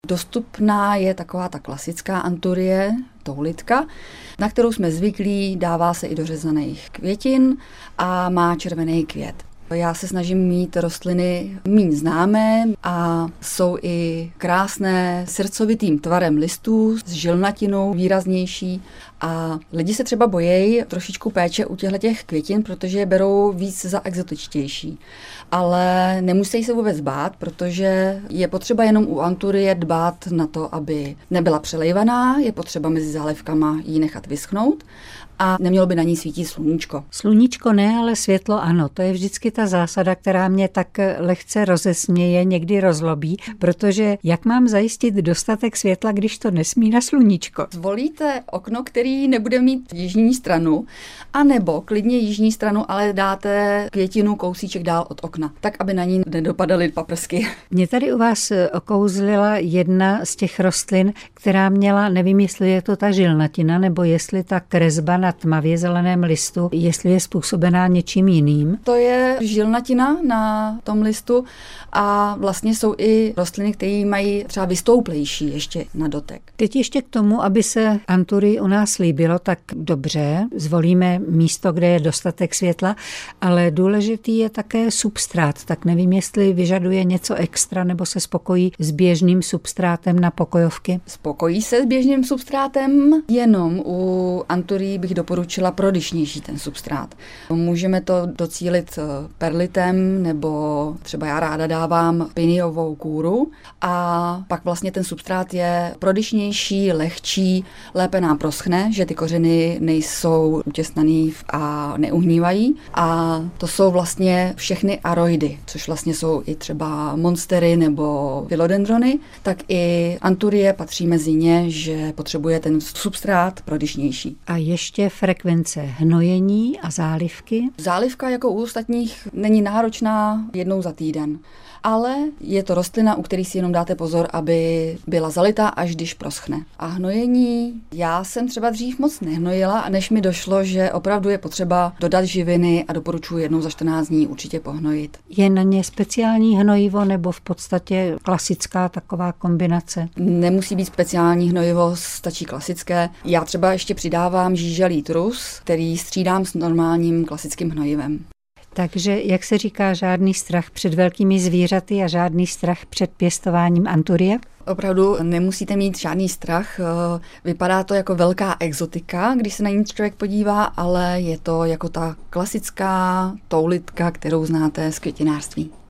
Dostupná je taková ta klasická anturie, toulitka, na kterou jsme zvyklí, dává se i do řezaných květin a má červený květ. Já se snažím mít rostliny méně známé a jsou i krásné srdcovitým tvarem listů s žilnatinou výraznější a lidi se třeba bojí trošičku péče u těchto květin, protože je berou víc za exotičtější. Ale nemusí se vůbec bát, protože je potřeba jenom u anturie dbát na to, aby nebyla přelejvaná, je potřeba mezi zálivkama ji nechat vyschnout a nemělo by na ní svítit sluníčko. Sluníčko ne, ale světlo ano. To je vždycky ta zásada, která mě tak lehce rozesměje, někdy rozlobí, protože jak mám zajistit dostatek světla, když to nesmí na sluníčko? Zvolíte okno, který nebude mít jižní stranu, anebo klidně jižní stranu, ale dáte květinu kousíček dál od okna, tak aby na ní nedopadaly paprsky. Mě tady u vás okouzlila jedna z těch rostlin, která měla, nevím, jestli je to ta žilnatina, nebo jestli ta kresba na tmavě zeleném listu, jestli je způsobená něčím jiným. To je žilnatina na tom listu a vlastně jsou i rostliny, které mají třeba vystouplejší ještě na dotek. Teď ještě k tomu, aby se anturii u nás líbilo, tak dobře, zvolíme místo, kde je dostatek světla, ale důležitý je také substrát, tak nevím, jestli vyžaduje něco extra nebo se spokojí s běžným substrátem na pokojovky. Spokojí se s běžným substrátem, jenom u anturii bych doporučila prodyšnější ten substrát. Můžeme to docílit perlitem, nebo třeba já ráda dávám piniovou kůru a pak vlastně ten substrát je prodyšnější, lehčí, lépe nám proschne, že ty kořeny nejsou utěsnaný a neuhnívají a to jsou vlastně všechny aroidy, což vlastně jsou i třeba monstery nebo philodendrony, tak i anturie patří mezi ně, že potřebuje ten substrát prodyšnější. A ještě frekvence hnojení a zálivky? Zálivka jako u ostatních není náročná jednou za týden, ale je to rostlina, u který si jenom dáte pozor, aby byla zalitá, až když proschne. A hnojení, já jsem třeba dřív moc nehnojila, než mi došlo, že opravdu je potřeba dodat živiny a doporučuji jednou za 14 dní určitě pohnojit. Je na ně speciální hnojivo nebo v podstatě klasická taková kombinace? Nemusí být speciální hnojivo, stačí klasické. Já třeba ještě přidávám žíželý trus, který střídám s normálním klasickým hnojivem. Takže, jak se říká, žádný strach před velkými zvířaty a žádný strach před pěstováním anturie? Opravdu nemusíte mít žádný strach. Vypadá to jako velká exotika, když se na ní člověk podívá, ale je to jako ta klasická toulitka, kterou znáte z květinářství.